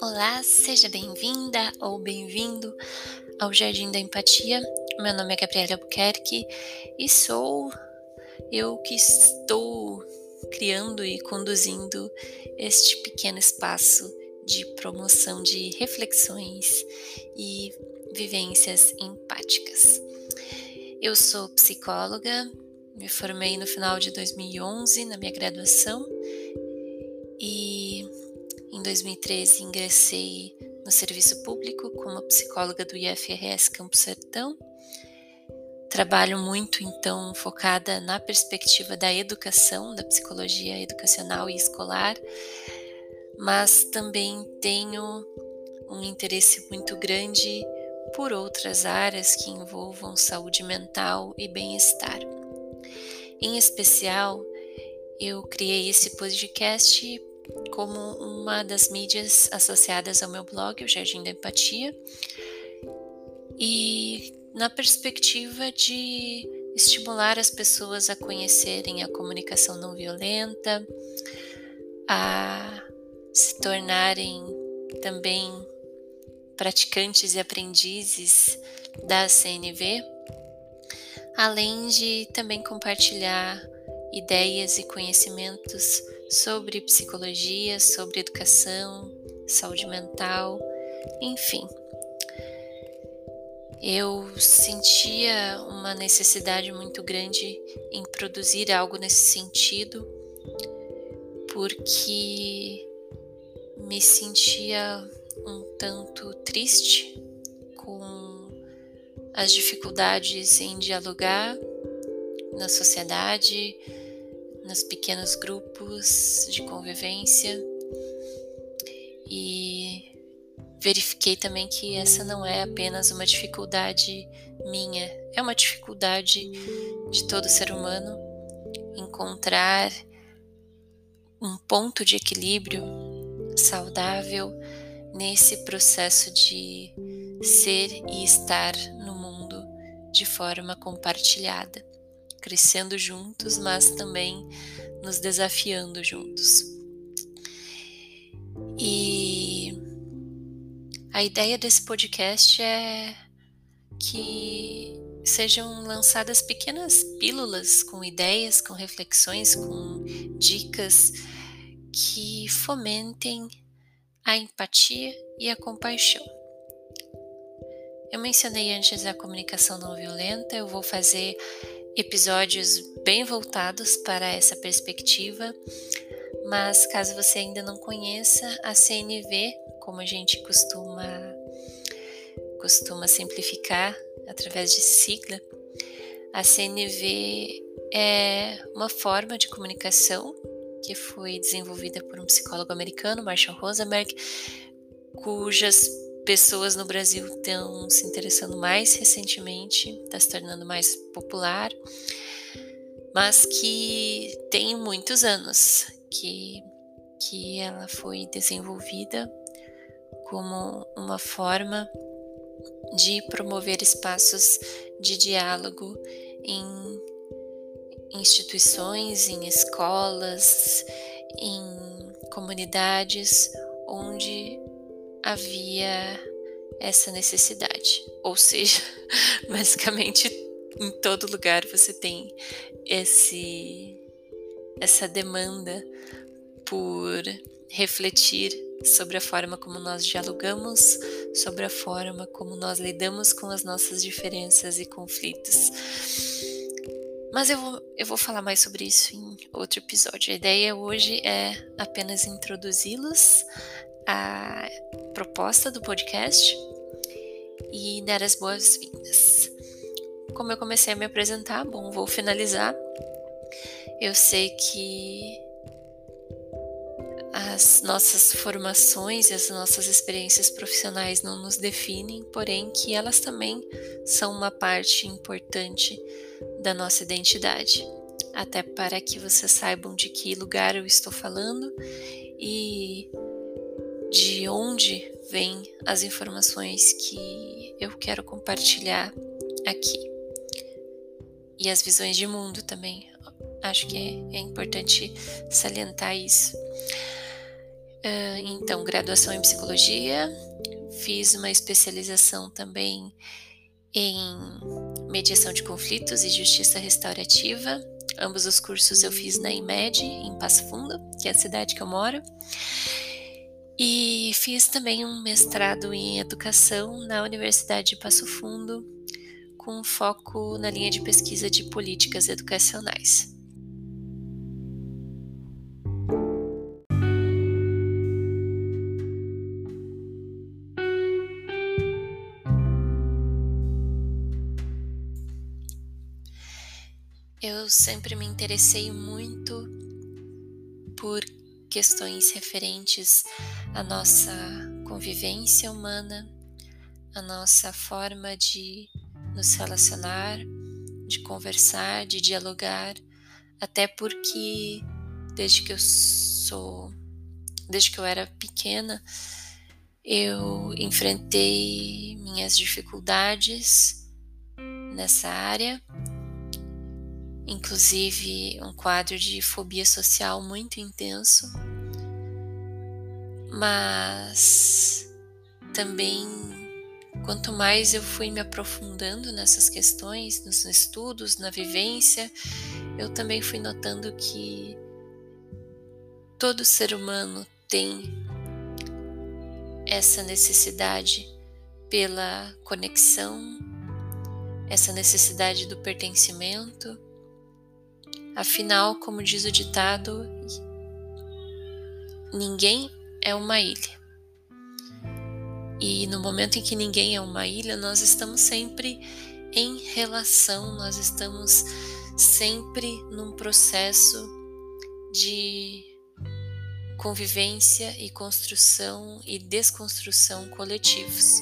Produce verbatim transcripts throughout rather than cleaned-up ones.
Olá, seja bem-vinda ou bem-vindo ao Jardim da Empatia. Meu nome é Gabriela Albuquerque e sou eu que estou criando e conduzindo este pequeno espaço de promoção de reflexões e vivências empáticas. Eu sou psicóloga, me formei no final de dois mil e onze na minha graduação e em dois mil e treze ingressei no serviço público como psicóloga do I F R S Campo Sertão. Trabalho muito, então, focada na perspectiva da educação, da psicologia educacional e escolar, mas também tenho um interesse muito grande por outras áreas que envolvam saúde mental e bem-estar. Em especial, eu criei esse podcast como uma das mídias associadas ao meu blog, o Jardim da Empatia, e na perspectiva de estimular as pessoas a conhecerem a comunicação não violenta, a se tornarem também praticantes e aprendizes da C N V, além de também compartilhar ideias e conhecimentos sobre psicologia, sobre educação, saúde mental, enfim. Eu sentia uma necessidade muito grande em produzir algo nesse sentido, porque me sentia um tanto triste com as dificuldades em dialogar na sociedade, nos pequenos grupos de convivência, e verifiquei também que essa não é apenas uma dificuldade minha, é uma dificuldade de todo ser humano encontrar um ponto de equilíbrio saudável nesse processo de ser e estar no mundo de forma compartilhada, crescendo juntos, mas também nos desafiando juntos. E a ideia desse podcast é que sejam lançadas pequenas pílulas com ideias, com reflexões, com dicas que fomentem a empatia e a compaixão. Eu mencionei antes a comunicação não violenta, eu vou fazer episódios bem voltados para essa perspectiva, mas caso você ainda não conheça, a C N V, como a gente costuma, costuma simplificar através de sigla, a C N V é uma forma de comunicação que foi desenvolvida por um psicólogo americano, Marshall Rosenberg, cujas pessoas no Brasil estão se interessando mais recentemente, está se tornando mais popular, mas que tem muitos anos que, que ela foi desenvolvida como uma forma de promover espaços de diálogo em instituições, em escolas, em comunidades onde havia essa necessidade. Ou seja, basicamente em todo lugar você tem esse, essa demanda por refletir sobre a forma como nós dialogamos, sobre a forma como nós lidamos com as nossas diferenças e conflitos. Mas eu vou, eu vou falar mais sobre isso em outro episódio. A ideia hoje é apenas introduzi-los à proposta do podcast e dar as boas-vindas. Como eu comecei a me apresentar, bom, vou finalizar. Eu sei que as nossas formações e as nossas experiências profissionais não nos definem, porém que elas também são uma parte importante da nossa identidade, até para que vocês saibam de que lugar eu estou falando e de onde vêm as informações que eu quero compartilhar aqui. E as visões de mundo também, acho que é, é importante salientar isso. Uh, então, graduação em psicologia, fiz uma especialização também em mediação de conflitos e justiça restaurativa. Ambos os cursos eu fiz na IMED, em Passo Fundo, que é a cidade que eu moro. E fiz também um mestrado em educação na Universidade de Passo Fundo, com foco na linha de pesquisa de políticas educacionais. Eu sempre me interessei muito por questões referentes à nossa convivência humana, à nossa forma de nos relacionar, de conversar, de dialogar, até porque desde que eu sou, desde que eu era pequena, eu enfrentei minhas dificuldades nessa área, inclusive um quadro de fobia social muito intenso, mas também quanto mais eu fui me aprofundando nessas questões, nos estudos, na vivência, eu também fui notando que todo ser humano tem essa necessidade pela conexão, essa necessidade do pertencimento. Afinal, como diz o ditado, ninguém é uma ilha. E no momento em que ninguém é uma ilha, nós estamos sempre em relação, nós estamos sempre num processo de convivência e construção e desconstrução coletivos.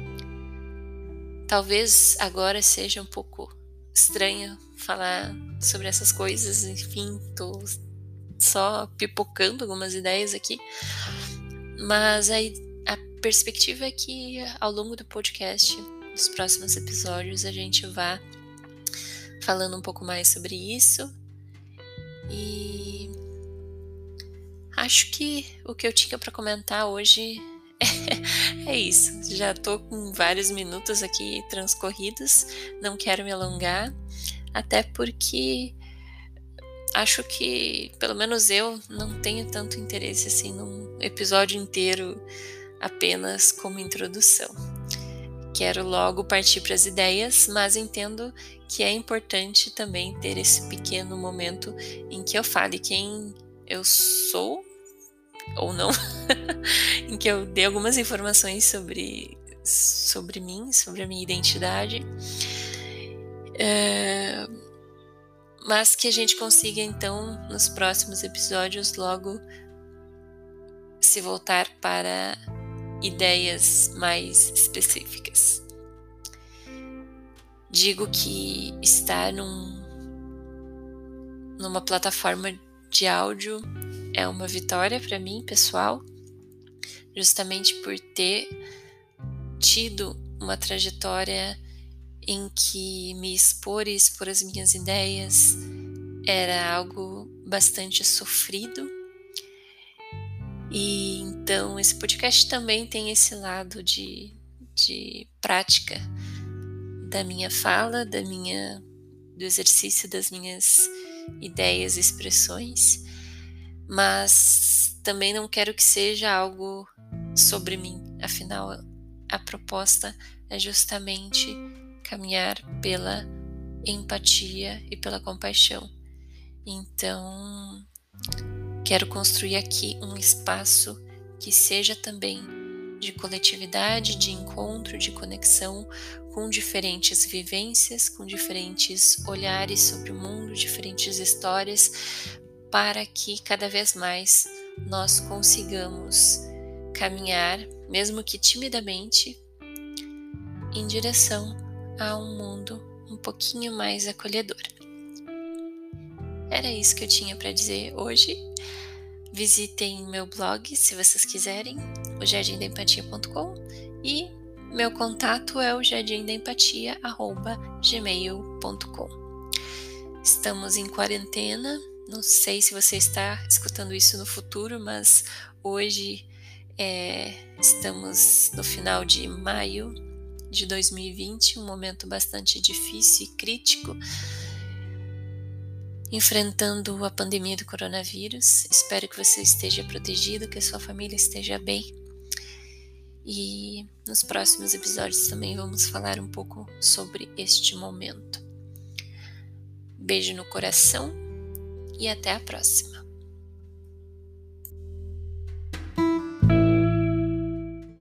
Talvez agora seja um pouco estranho falar sobre essas coisas, enfim, tô só pipocando algumas ideias aqui, mas aí a perspectiva é que ao longo do podcast, nos próximos episódios, a gente vá falando um pouco mais sobre isso. E acho que o que eu tinha para comentar hoje é, é isso. Já tô com vários minutos aqui transcorridos, não quero me alongar, até porque acho que, pelo menos eu, não tenho tanto interesse assim num episódio inteiro apenas como introdução. Quero logo partir para as ideias, mas entendo que é importante também ter esse pequeno momento em que eu fale quem eu sou ou não, em que eu dê algumas informações sobre, sobre mim, sobre a minha identidade. É... mas que a gente consiga então nos próximos episódios logo se voltar para ideias mais específicas. Digo que estar num, numa plataforma de áudio é uma vitória para mim, pessoal, justamente por ter tido uma trajetória em que me expor e expor as minhas ideias era algo bastante sofrido. E então esse podcast também tem esse lado de, de prática da minha fala, da minha, do exercício das minhas ideias e expressões, mas também não quero que seja algo sobre mim, afinal a proposta é justamente caminhar pela empatia e pela compaixão. Então, quero construir aqui um espaço que seja também de coletividade, de encontro, de conexão com diferentes vivências, com diferentes olhares sobre o mundo, diferentes histórias, para que cada vez mais nós consigamos caminhar, mesmo que timidamente, em direção a um mundo um pouquinho mais acolhedor. Era isso que eu tinha para dizer hoje. Visitem meu blog se vocês quiserem, o jardim da empatia ponto com, e meu contato é o jardim da empatia arroba gmail ponto com. Estamos em quarentena, Não sei se você está escutando isso no futuro, mas hoje é, estamos no final de maio de dois mil e vinte, um momento bastante difícil e crítico, enfrentando a pandemia do coronavírus. Espero que você esteja protegido, que a sua família esteja bem. E nos próximos episódios também vamos falar um pouco sobre este momento. Beijo no coração e até a próxima.